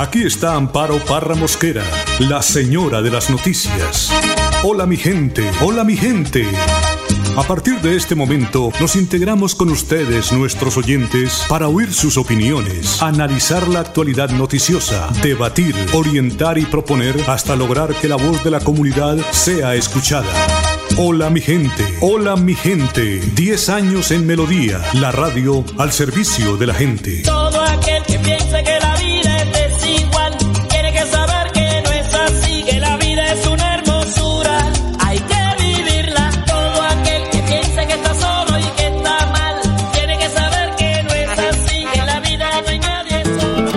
Aquí está Amparo Parra Mosquera, la señora de las noticias. Hola mi gente, hola mi gente. A partir de este momento nos integramos con ustedes, nuestros oyentes, para oír sus opiniones, analizar la actualidad noticiosa, debatir, orientar y proponer hasta lograr que la voz de la comunidad sea escuchada. Hola mi gente, hola mi gente. 10 años en Melodía, la radio al servicio de la gente. Todo aquel que piense que la vida es desigual tiene que saber que no es así, que la vida es una hermosura, hay que vivirla. Todo aquel que piense que está solo y que está mal tiene que saber que no es así, que la vida no hay nadie solo.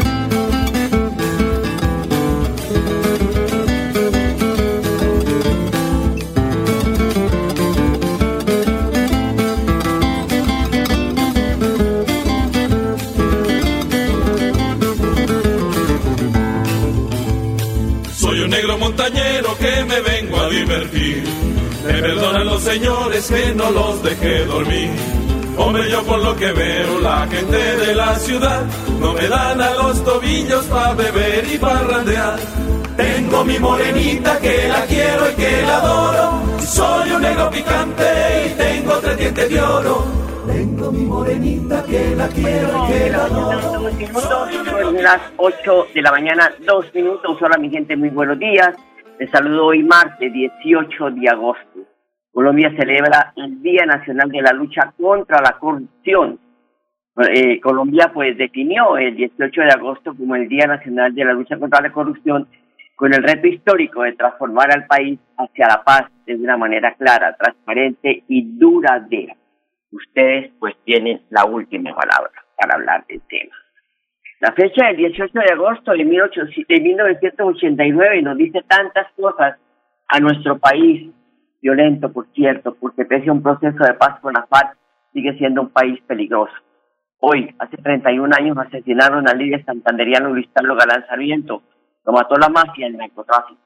Negro montañero que me vengo a divertir. Me perdonan los señores que no los dejé dormir. Hombre, yo por lo que veo, la gente de la ciudad no me dan a los tobillos pa' beber y parrandear. Tengo mi morenita que la quiero y que la adoro. Soy un negro picante y tengo 3 dientes de oro. Tengo mi morenita que la quiero y que la adoro. Son las 8 de la mañana, 2 minutos. Hola mi gente, muy buenos días. Les saludo hoy martes 18 de agosto. Colombia celebra el Día Nacional de la Lucha contra la Corrupción. Colombia pues definió el 18 de agosto como el Día Nacional de la Lucha contra la Corrupción, con el reto histórico de transformar al país hacia la paz de una manera clara, transparente y duradera. Ustedes pues tienen la última palabra para hablar del tema. La fecha del 18 de agosto de 1989 nos dice tantas cosas a nuestro país, violento por cierto, porque pese a un proceso de paz con la FARC, sigue siendo un país peligroso. Hoy, hace 31 años, asesinaron al líder santanderiano Luis Carlos Galán Sarmiento, lo mató la mafia del narcotráfico.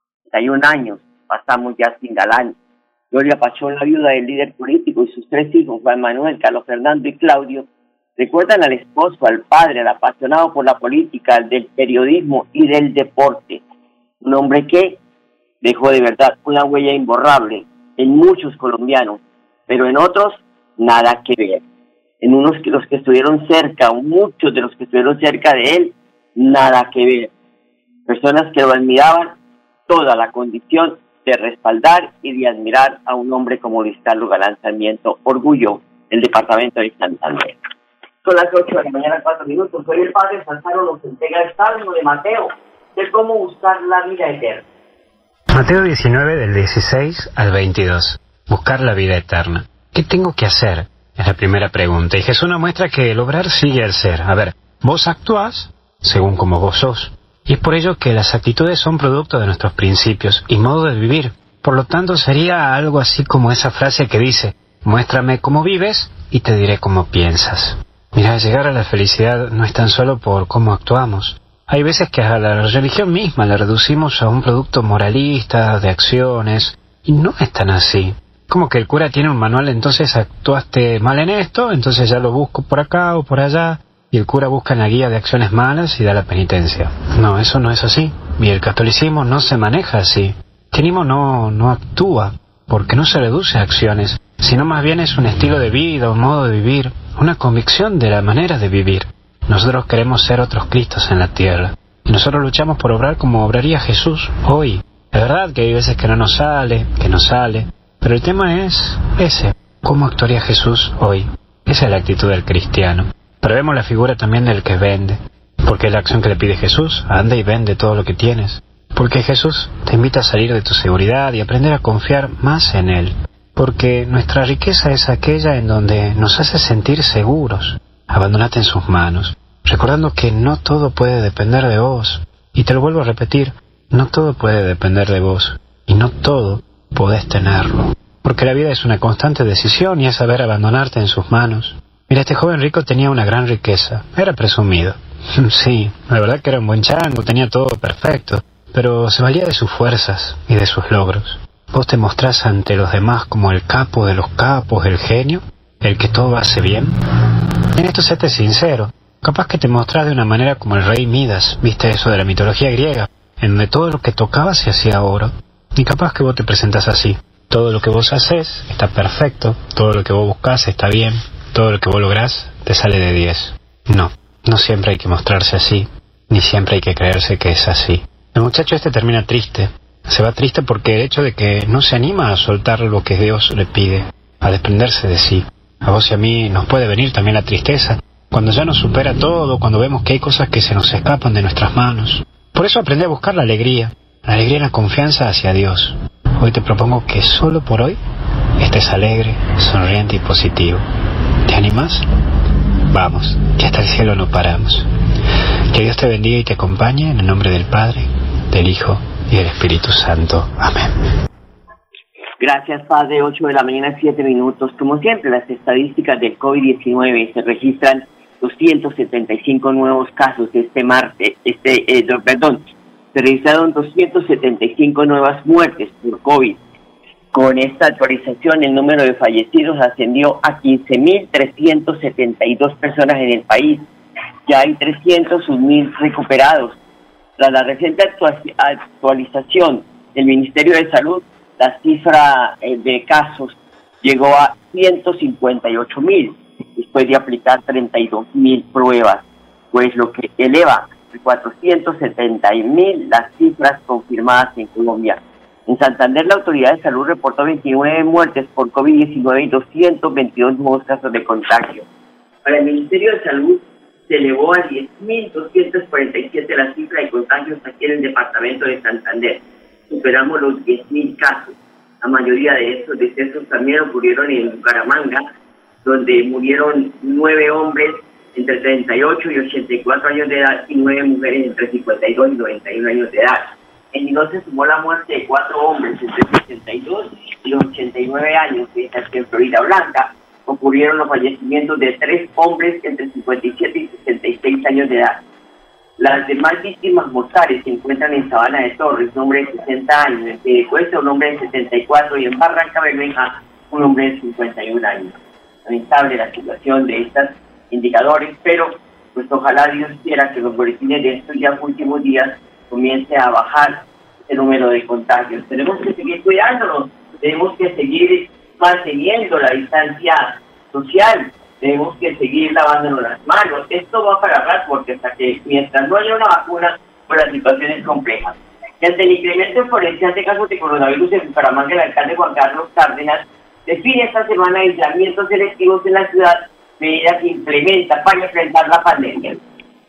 31 años, pasamos ya sin Galán. Gloria Pachón, la viuda del líder político, y sus 3 hijos, Juan Manuel, Carlos Fernando y Claudio, recuerdan al esposo, al padre, al apasionado por la política, del periodismo y del deporte. Un hombre que dejó de verdad una huella imborrable en muchos colombianos, pero en otros nada que ver. En unos que los que estuvieron cerca, o muchos de los que estuvieron cerca de él, nada que ver. Personas que lo admiraban, toda la condición de respaldar y de admirar a un hombre como Luis Carlos Galán Sarmiento, orgullo del departamento de Santander. Son las 8 de la mañana, 4 minutos. Hoy el Padre Sanzaro nos entrega el Salmo de Mateo, de cómo buscar la vida eterna. Mateo 19, del 16 al 22. Buscar la vida eterna. ¿Qué tengo que hacer? Es la primera pregunta. Y Jesús nos muestra que el obrar sigue el ser. A ver, vos actuás según como vos sos. Y es por ello que las actitudes son producto de nuestros principios y modo de vivir. Por lo tanto, sería algo así como esa frase que dice: muéstrame cómo vives y te diré cómo piensas. Mira, llegar a la felicidad no es tan solo por cómo actuamos. Hay veces que a la religión misma la reducimos a un producto moralista, de acciones, y no es tan así. Como que el cura tiene un manual, entonces actuaste mal en esto, entonces ya lo busco por acá o por allá, y el cura busca en la guía de acciones malas y da la penitencia. No, eso no es así. Y el catolicismo no se maneja así. El cristianismo no actúa, porque no se reduce a acciones, sino más bien es un estilo de vida, un modo de vivir, una convicción de la manera de vivir. Nosotros queremos ser otros Cristos en la tierra, y nosotros luchamos por obrar como obraría Jesús hoy. Es verdad que hay veces que no sale, pero el tema es ese: ¿cómo actuaría Jesús hoy? Esa es la actitud del cristiano. Pero vemos la figura también del que vende, porque es la acción que le pide Jesús: anda y vende todo lo que tienes. Porque Jesús te invita a salir de tu seguridad y aprender a confiar más en Él. Porque nuestra riqueza es aquella en donde nos hace sentir seguros. Abandonate en sus manos, recordando que no todo puede depender de vos. Y te lo vuelvo a repetir, no todo puede depender de vos, y no todo podés tenerlo. Porque la vida es una constante decisión y es saber abandonarte en sus manos. Mira, este joven rico tenía una gran riqueza, era presumido. Sí, la verdad que era un buen chango, tenía todo perfecto, pero se valía de sus fuerzas y de sus logros. ¿Vos te mostrás ante los demás como el capo de los capos, el genio, el que todo hace bien? En esto séte sincero. Capaz que te mostrás de una manera como el rey Midas, viste eso de la mitología griega, en donde todo lo que tocaba se hacía oro. Y capaz que vos te presentás así. Todo lo que vos haces está perfecto, todo lo que vos buscás está bien, todo lo que vos lográs te sale de 10. No siempre hay que mostrarse así, ni siempre hay que creerse que es así. El muchacho este termina triste. Se va triste porque el hecho de que no se anima a soltar lo que Dios le pide, a desprenderse de sí. A vos y a mí nos puede venir también la tristeza, cuando ya nos supera todo, cuando vemos que hay cosas que se nos escapan de nuestras manos. Por eso aprendí a buscar la alegría y la confianza hacia Dios. Hoy te propongo que solo por hoy estés alegre, sonriente y positivo. ¿Te animás? Vamos, que hasta el cielo no paramos. Que Dios te bendiga y te acompañe en el nombre del Padre, del Hijo y del Espíritu Santo. Amén. Gracias, Padre. 8 de la mañana, 7 minutos. Como siempre, las estadísticas del COVID-19 se registran 275 nuevos casos este martes. Se registraron 275 nuevas muertes por COVID. Con esta actualización, el número de fallecidos ascendió a 15.372 personas en el país. Ya hay 301.000 recuperados. Tras la reciente actualización del Ministerio de Salud, la cifra de casos llegó a 158.000, después de aplicar 32.000 pruebas, pues lo que eleva a 470.000 las cifras confirmadas en Colombia. En Santander, la Autoridad de Salud reportó 29 muertes por COVID-19 y 222 nuevos casos de contagio. Para el Ministerio de Salud se elevó a 10.247 la cifra de contagios aquí en el departamento de Santander. Superamos los 10.000 casos. La mayoría de estos decesos también ocurrieron en Bucaramanga, donde murieron 9 hombres entre 38 y 84 años de edad y 9 mujeres entre 52 y 91 años de edad. En Girón se sumó la muerte de 4 hombres entre 62 y 89 años, mientras que en Florida Blanca ocurrieron los fallecimientos de 3 hombres entre 57 y 66 años de edad. Las demás víctimas mortales se encuentran en Sabana de Torres, un hombre de 60 años, en Piedecuesta un hombre de 74 y en Barranca Bermeja un hombre de 51 años. Lamentable la situación de estos indicadores, pero pues ojalá Dios quiera que los boletines de estos ya últimos días comience a bajar el número de contagios. Tenemos que seguir cuidándonos, tenemos que seguir manteniendo la distancia social, tenemos que seguir lavándonos las manos. Esto va para atrás porque hasta que mientras no haya una vacuna, pues la situación es compleja. Y ante el incremento exponencial de casos de coronavirus en Bucaramanga, el alcalde Juan Carlos Cárdenas define esta semana aislamientos selectivos en la ciudad, medida que implementa para enfrentar la pandemia.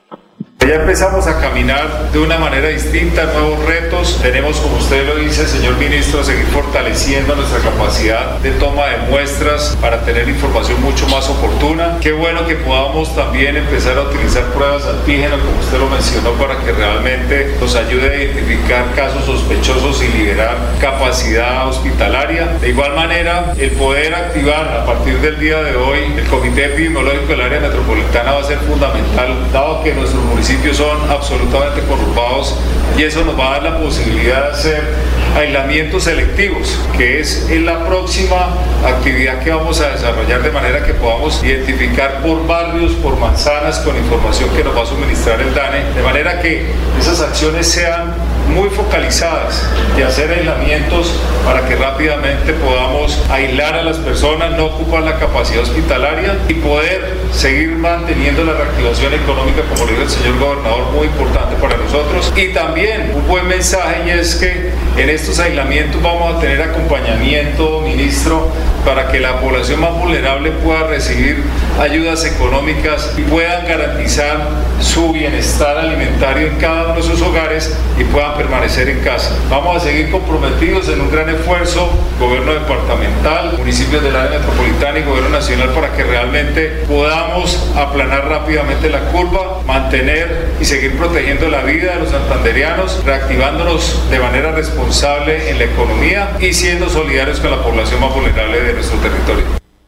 Ya empezamos a caminar de una manera distinta, nuevos retos. Tenemos, como usted lo dice, señor ministro, seguir fortaleciendo nuestra capacidad de toma de muestras para tener información mucho más oportuna. Qué bueno que podamos también empezar a utilizar pruebas antígenas, como usted lo mencionó, para que realmente nos ayude a identificar casos sospechosos y liberar capacidad hospitalaria. De igual manera, el poder activar a partir del día de hoy el Comité Epidemiológico del Área Metropolitana va a ser fundamental, dado que nuestros municipios son absolutamente conurbados, y eso nos va a dar la posibilidad de hacer aislamientos selectivos, que es la próxima actividad que vamos a desarrollar, de manera que podamos identificar por barrios, por manzanas, con información que nos va a suministrar el DANE, de manera que esas acciones sean muy focalizadas y hacer aislamientos para que rápidamente podamos aislar a las personas, no ocupar la capacidad hospitalaria y poder seguir manteniendo la reactivación económica, como le dijo el señor gobernador, muy importante para nosotros. Y también un buen mensaje, y es que en estos aislamientos vamos a tener acompañamiento, ministro, para que la población más vulnerable pueda recibir ayudas económicas y puedan garantizar su bienestar alimentario en cada uno de sus hogares y puedan permanecer en casa. Vamos a seguir comprometidos en un gran esfuerzo, gobierno departamental, municipios del área metropolitana y gobierno nacional, para que realmente podamos aplanar rápidamente la curva, mantener y seguir protegiendo la vida de los santanderianos, reactivándonos de manera responsable en la economía y siendo solidarios con la población más vulnerable de nuestro territorio.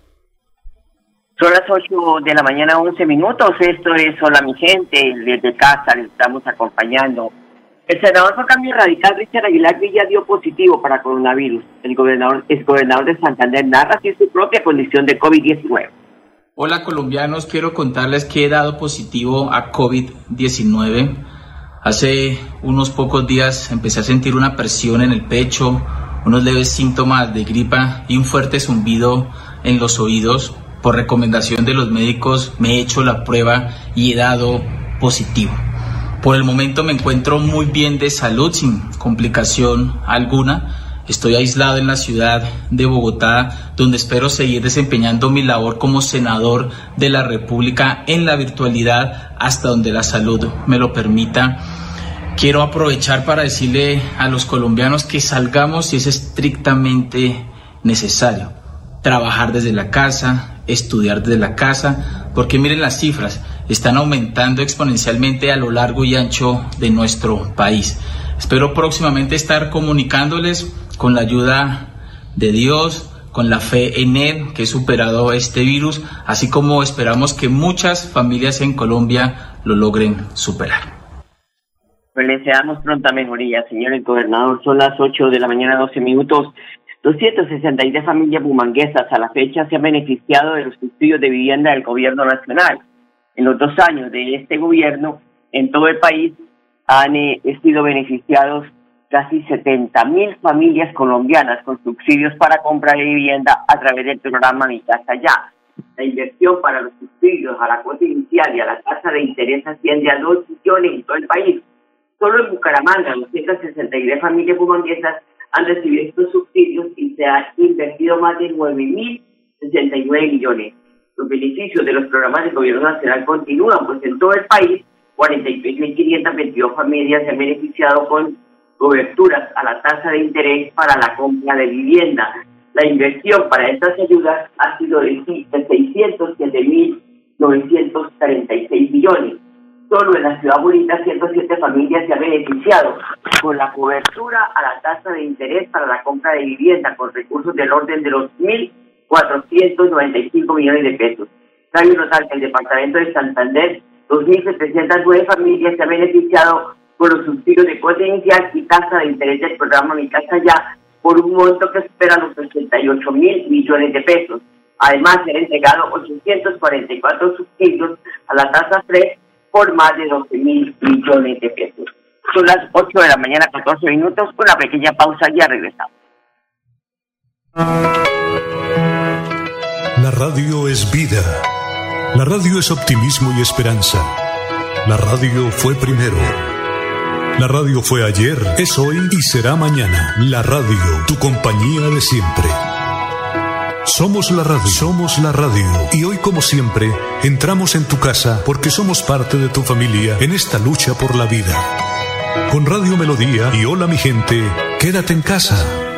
Son las 8 de la mañana, 11 minutos. Esto es Hola mi gente, desde casa les estamos acompañando. El senador por Cambio Radical, Richard Aguilar Villa, dio positivo para coronavirus. El exgobernador de Santander narra así su propia condición de COVID-19. Hola colombianos, quiero contarles que he dado positivo a COVID-19. Hace unos pocos días empecé a sentir una presión en el pecho, unos leves síntomas de gripa y un fuerte zumbido en los oídos. Por recomendación de los médicos me he hecho la prueba y he dado positivo. Por el momento me encuentro muy bien de salud, sin complicación alguna. Estoy aislado en la ciudad de Bogotá, donde espero seguir desempeñando mi labor como senador de la República en la virtualidad hasta donde la salud me lo permita. Quiero aprovechar para decirle a los colombianos que salgamos si es estrictamente necesario. Trabajar desde la casa, estudiar desde la casa, porque miren las cifras, están aumentando exponencialmente a lo largo y ancho de nuestro país. Espero próximamente estar comunicándoles con la ayuda de Dios, con la fe en Él, que he superado este virus, así como esperamos que muchas familias en Colombia lo logren superar. Pues le deseamos pronta mejoría, señor el gobernador. Son las 8 de la mañana, 12 minutos. 263 familias bumanguesas a la fecha se han beneficiado de los subsidios de vivienda del gobierno nacional. En los 2 años de este gobierno, en todo el país, han sido beneficiados casi 70.000 familias colombianas con subsidios para compra de vivienda a través del programa Mi Casa Ya. La inversión para los subsidios a la cuota inicial y a la tasa de interés asciende a 2 billones en todo el país. Solo en Bucaramanga, 263 familias bumanguesas han recibido estos subsidios y se han invertido más de 9.069 millones. Los beneficios de los programas del gobierno nacional continúan, pues en todo el país 43.522 familias se han beneficiado con coberturas a la tasa de interés para la compra de vivienda. La inversión para estas ayudas ha sido de 607.936 millones. Solo en la ciudad bonita 107 familias se han beneficiado con la cobertura a la tasa de interés para la compra de vivienda con recursos del orden de los 1.495 millones de pesos. Cabe notar que el departamento de Santander, 2.709 familias se han beneficiado con los subsidios de cuota inicial y tasa de interés del programa Mi Casa Ya por un monto que supera los 88.000 millones de pesos. Además, se han entregado 844 subsidios a la tasa FRE por más de 12.000 millones de pesos. Son las 8 de la mañana, 14 minutos, una pequeña pausa y ya regresamos. La radio es vida. La radio es optimismo y esperanza. La radio fue primero. La radio fue ayer, es hoy y será mañana. La radio, tu compañía de siempre. Somos la radio, somos la radio. Y hoy, como siempre, entramos en tu casa porque somos parte de tu familia en esta lucha por la vida. Con Radio Melodía y Hola mi gente, quédate en casa.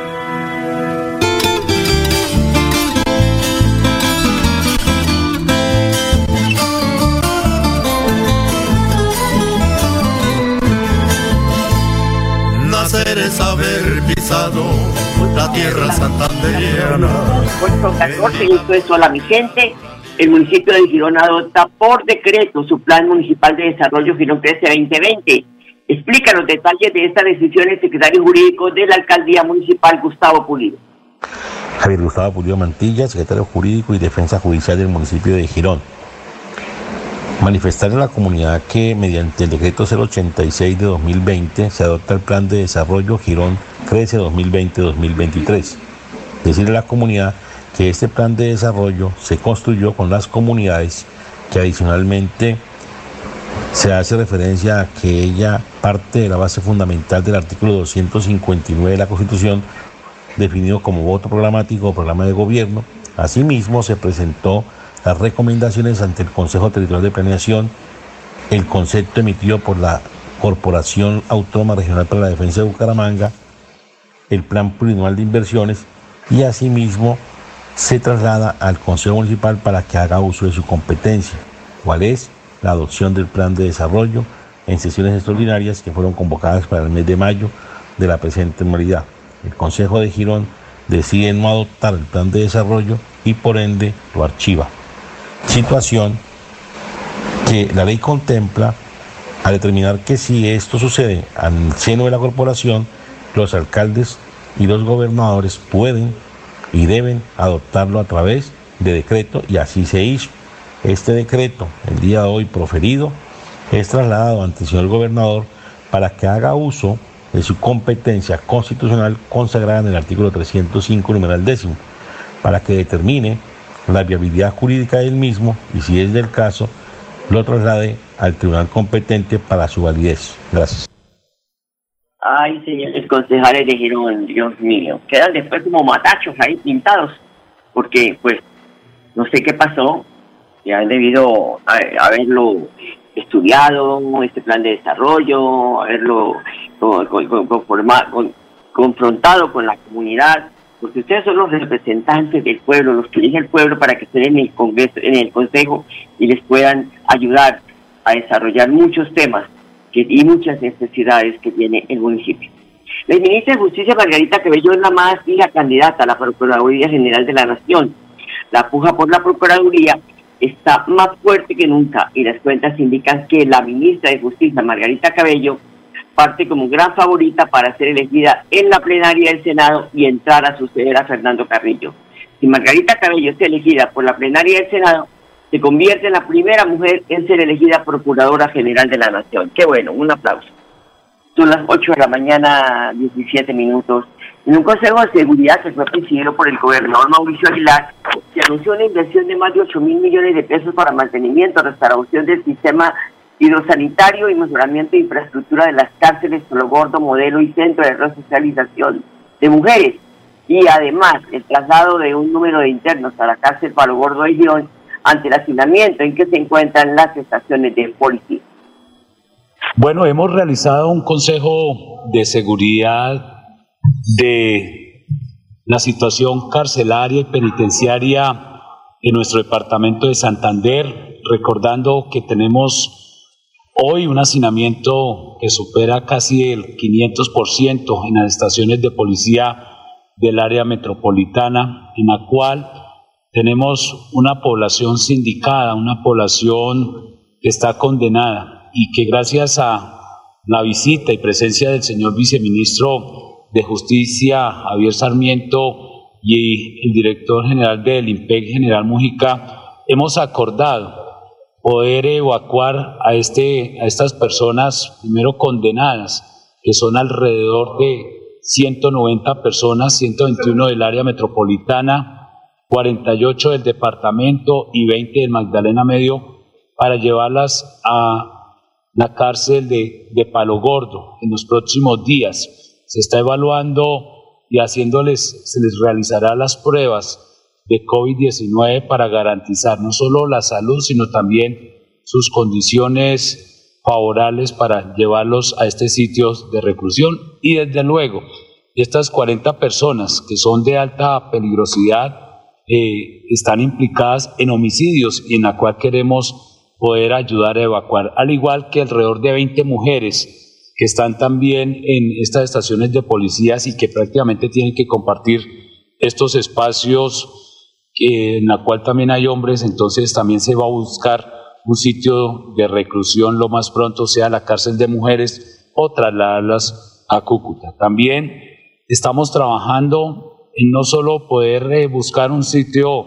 Nacer es haber pisado la tierra santanderiana. 8:14, esto es Hola mi gente. El municipio de Girón adopta por decreto su plan municipal de desarrollo Girón Crece 2020. Explica los detalles de esta decisión el secretario jurídico de la alcaldía municipal, Gustavo Pulido. Javier Gustavo Pulido Mantilla, secretario jurídico y defensa judicial del municipio de Girón. Manifestar a la comunidad que mediante el decreto 086 de 2020 se adopta el plan de desarrollo Girón Crece 2020-2023. Decirle a la comunidad que este plan de desarrollo se construyó con las comunidades, que adicionalmente se hace referencia a que ella parte de la base fundamental del artículo 259 de la Constitución, definido como voto programático o programa de gobierno. Asimismo, se presentó las recomendaciones ante el Consejo Territorial de Planeación, el concepto emitido por la Corporación Autónoma Regional para la Defensa de Bucaramanga, el Plan Plurianual de Inversiones, y asimismo se traslada al Consejo Municipal para que haga uso de su competencia, cuál es la adopción del plan de desarrollo en sesiones extraordinarias que fueron convocadas para el mes de mayo de la presente anualidad. El Consejo de Girón decide no adoptar el plan de desarrollo y por ende lo archiva. Situación que la ley contempla al determinar que si esto sucede al seno de la corporación, los alcaldes y los gobernadores pueden y deben adoptarlo a través de decreto, y así se hizo. Este decreto, el día de hoy proferido, es trasladado ante el señor gobernador para que haga uso de su competencia constitucional consagrada en el artículo 305, numeral 10, para que determine la viabilidad jurídica del mismo y, si es del caso, lo traslade al tribunal competente para su validez. Gracias. Ay, señores concejales de Girón, Dios mío, quedan después como matachos ahí pintados, porque pues no sé qué pasó, ya han debido haberlo estudiado, este plan de desarrollo, haberlo confrontado con la comunidad, porque ustedes son los representantes del pueblo, los que elige el pueblo para que estén en el Congreso, en el Consejo, y les puedan ayudar a desarrollar muchos temas y muchas necesidades que tiene el municipio. La ministra de Justicia, Margarita Cabello, es la más fija candidata a la Procuraduría General de la Nación. La puja por la Procuraduría está más fuerte que nunca y las cuentas indican que la ministra de Justicia, Margarita Cabello, parte como gran favorita para ser elegida en la plenaria del Senado y entrar a suceder a Fernando Carrillo. Si Margarita Cabello es elegida por la plenaria del Senado, se convierte en la primera mujer en ser elegida Procuradora General de la Nación. Qué bueno, un aplauso. Son las 8 de la mañana, 17 minutos. En un consejo de seguridad que fue presidido por el gobernador Mauricio Aguilar, se anunció una inversión de más de 8.000 millones de pesos para mantenimiento, restauración del sistema hidrosanitario y mejoramiento de infraestructura de las cárceles Palo Gordo, Modelo y Centro de Resocialización de Mujeres. Y además, el traslado de un número de internos a la cárcel Palo Gordo de Girón ante el hacinamiento en que se encuentran las estaciones de policía. Bueno, hemos realizado un consejo de seguridad de la situación carcelaria y penitenciaria en nuestro departamento de Santander, recordando que tenemos hoy un hacinamiento que supera casi el 500% en las estaciones de policía del área metropolitana, en la cual tenemos una población sindicada, una población que está condenada y que gracias a la visita y presencia del señor viceministro de Justicia, Javier Sarmiento, y el director general del IMPEC, general Mujica, hemos acordado poder evacuar a estas personas, primero condenadas, que son alrededor de 190 personas, 121 del área metropolitana, 48 del departamento y 20 del Magdalena Medio, para llevarlas a la cárcel de Palo Gordo en los próximos días. Se está evaluando y se les realizará las pruebas de COVID-19 para garantizar no solo la salud, sino también sus condiciones favorables para llevarlos a este sitio de reclusión. Y desde luego, estas 40 personas que son de alta peligrosidad están implicadas en homicidios y en la cual queremos poder ayudar a evacuar, al igual que alrededor de 20 mujeres que están también en estas estaciones de policías y que prácticamente tienen que compartir estos espacios en la cual también hay hombres. Entonces también se va a buscar un sitio de reclusión lo más pronto, sea la cárcel de mujeres o trasladarlas a Cúcuta. También estamos trabajando en no solo poder buscar un sitio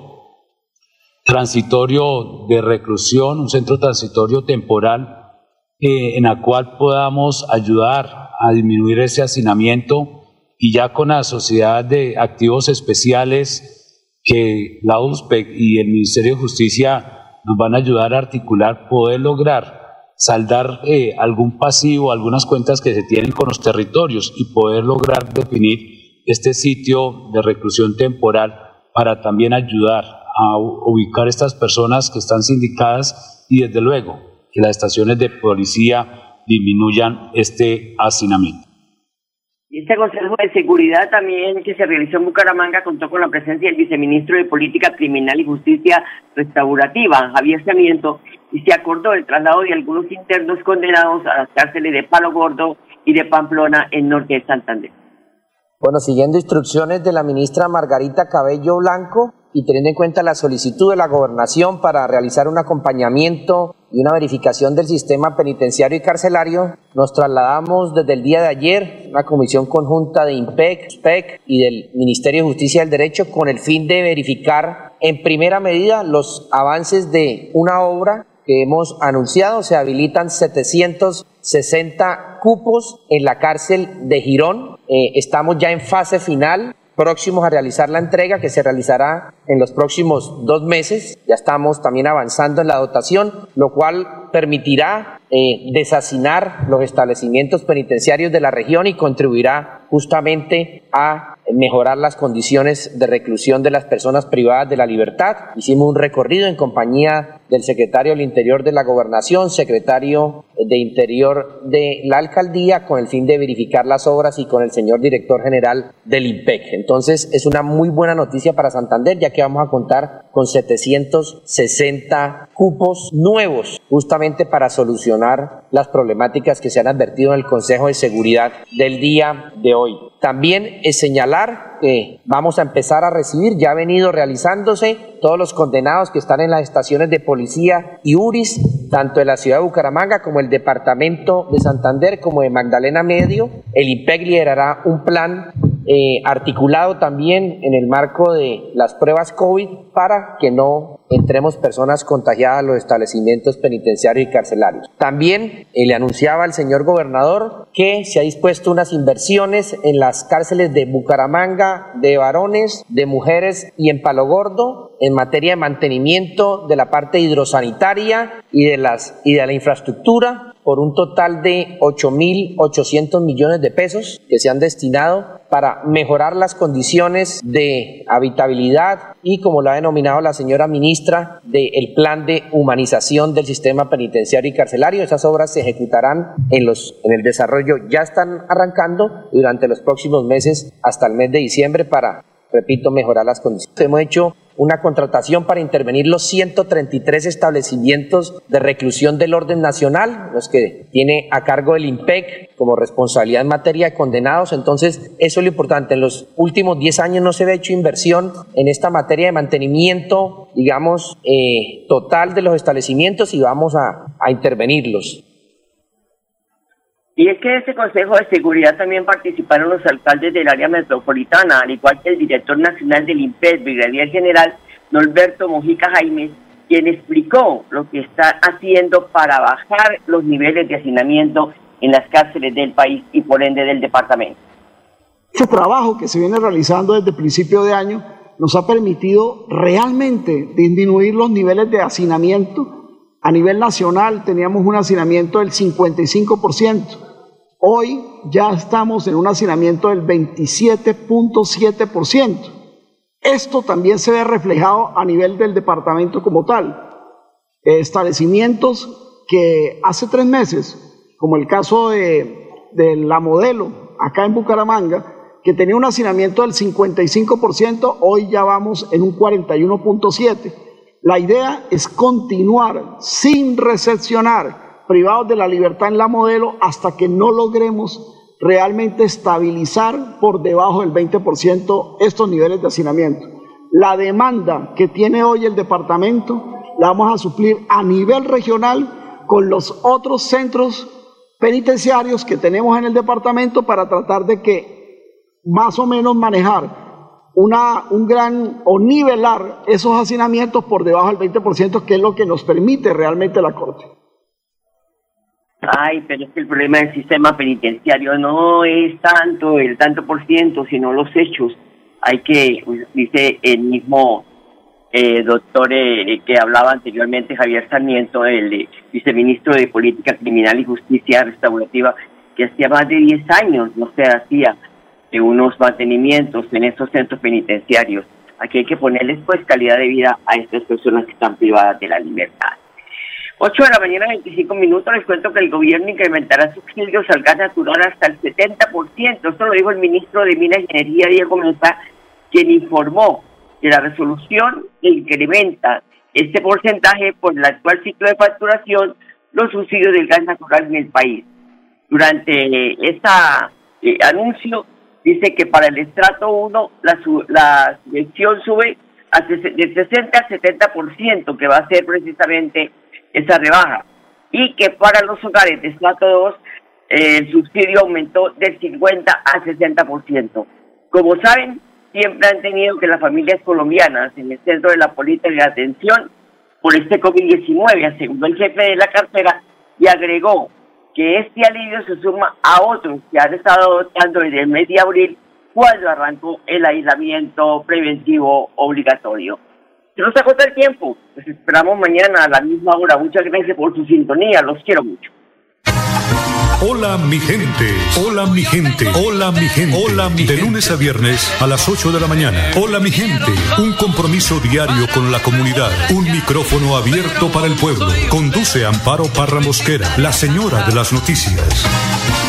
transitorio de reclusión, un centro transitorio temporal en la cual podamos ayudar a disminuir ese hacinamiento, y ya con la Sociedad de Activos Especiales que la USPEC y el Ministerio de Justicia nos van a ayudar a articular, poder lograr saldar algún pasivo, algunas cuentas que se tienen con los territorios y poder lograr definir este sitio de reclusión temporal para también ayudar a ubicar estas personas que están sindicadas y desde luego que las estaciones de policía disminuyan este hacinamiento. Este Consejo de Seguridad también que se realizó en Bucaramanga contó con la presencia del viceministro de Política Criminal y Justicia Restaurativa, Javier Sarmiento, y se acordó el traslado de algunos internos condenados a las cárceles de Palo Gordo y de Pamplona en norte de Santander. Bueno, siguiendo instrucciones de la ministra Margarita Cabello Blanco y teniendo en cuenta la solicitud de la Gobernación para realizar un acompañamiento y una verificación del sistema penitenciario y carcelario, nos trasladamos desde el día de ayer una comisión conjunta de IMPEC, SPEC y del Ministerio de Justicia y del Derecho con el fin de verificar en primera medida los avances de una obra que hemos anunciado. Se habilitan 760 cupos en la cárcel de Girón. Estamos ya en fase final, próximos a realizar la entrega, que se realizará en los próximos 2 meses. Ya estamos también avanzando en la dotación, lo cual permitirá deshacinar los establecimientos penitenciarios de la región y contribuirá justamente a mejorar las condiciones de reclusión de las personas privadas de la libertad. Hicimos un recorrido en compañía del secretario del Interior de la Gobernación, secretario de Interior de la Alcaldía, con el fin de verificar las obras, y con el señor director general del IMPEC. Entonces es una muy buena noticia para Santander, ya que vamos a contar con 760 cupos nuevos, justamente para solucionar las problemáticas que se han advertido en el Consejo de Seguridad del día de hoy. También es señalar que vamos a empezar a recibir, ya ha venido realizándose, todos los condenados que están en las estaciones de policía y URIs, tanto de la ciudad de Bucaramanga como el departamento de Santander, como de Magdalena Medio. El IMPEC liderará un plan articulado también en el marco de las pruebas COVID para que no entremos personas contagiadas a los establecimientos penitenciarios y carcelarios. También le anunciaba al señor gobernador que se ha dispuesto unas inversiones en las cárceles de Bucaramanga, de varones, de mujeres y en Palo Gordo, en materia de mantenimiento de la parte hidrosanitaria y de la infraestructura, por un total de 8.800 millones de pesos que se han destinado para mejorar las condiciones de habitabilidad y, como lo ha denominado la señora ministra, del plan de humanización del sistema penitenciario y carcelario. Esas obras se ejecutarán en el desarrollo, ya están arrancando durante los próximos meses hasta el mes de diciembre para, repito, mejorar las condiciones. Hemos hecho una contratación para intervenir los 133 establecimientos de reclusión del orden nacional, los que tiene a cargo el IMPEC como responsabilidad en materia de condenados. Entonces, eso es lo importante. En los últimos 10 años no se había hecho inversión en esta materia de mantenimiento, digamos, total de los establecimientos, y vamos a intervenirlos. Y es que en este Consejo de Seguridad también participaron los alcaldes del área metropolitana, al igual que el director nacional del IMPEC, brigadier general Norberto Mojica Jaimes, quien explicó lo que está haciendo para bajar los niveles de hacinamiento en las cárceles del país y por ende del departamento. Este trabajo que se viene realizando desde el principio de año nos ha permitido realmente disminuir los niveles de hacinamiento. A nivel nacional teníamos un hacinamiento del 55%. Hoy ya estamos en un hacinamiento del 27.7%. Esto también se ve reflejado a nivel del departamento como tal. Establecimientos que hace 3 meses, como el caso de la Modelo, acá en Bucaramanga, que tenía un hacinamiento del 55%, hoy ya vamos en un 41.7%. La idea es continuar sin recepcionar privados de la libertad en la Modelo hasta que no logremos realmente estabilizar por debajo del 20% estos niveles de hacinamiento. La demanda que tiene hoy el departamento la vamos a suplir a nivel regional con los otros centros penitenciarios que tenemos en el departamento para tratar de que más o menos manejar nivelar esos hacinamientos por debajo del 20%, que es lo que nos permite realmente la Corte. Ay, pero es que el problema del sistema penitenciario no es tanto el tanto por ciento, sino los hechos. Hay que, dice el mismo doctor que hablaba anteriormente, Javier Sarmiento, el viceministro de Política Criminal y Justicia Restaurativa, que hacía más de 10 años no se hacía unos mantenimientos en estos centros penitenciarios. Aquí hay que ponerles pues calidad de vida a estas personas que están privadas de la libertad. 8 de la mañana, 25 minutos, les cuento que el gobierno incrementará subsidios al gas natural hasta el 70%. Esto lo dijo el ministro de Minas y Energía, Diego Mesa, quien informó que la resolución incrementa este porcentaje por el actual ciclo de facturación los subsidios del gas natural en el país. Durante este anuncio, dice que para el estrato 1 la subvención sube de 60 al 70%, que va a ser precisamente esa rebaja. Y que para los hogares de estrato 2 el subsidio aumentó del 50 al 60%. Como saben, siempre han tenido que las familias colombianas en el centro de la política de atención por este COVID-19, aseguró el jefe de la cartera, y agregó que este alivio se suma a otros que han estado adoptando desde el mes de abril, cuando arrancó el aislamiento preventivo obligatorio. Se nos agota el tiempo, les esperamos mañana a la misma hora. Muchas gracias por su sintonía, los quiero mucho. Hola mi gente, hola mi gente, hola mi gente, hola mi gente. De lunes a viernes a las 8 de la mañana. Hola mi gente, un compromiso diario con la comunidad, un micrófono abierto para el pueblo. Conduce Amparo Parra Mosquera, la señora de las noticias.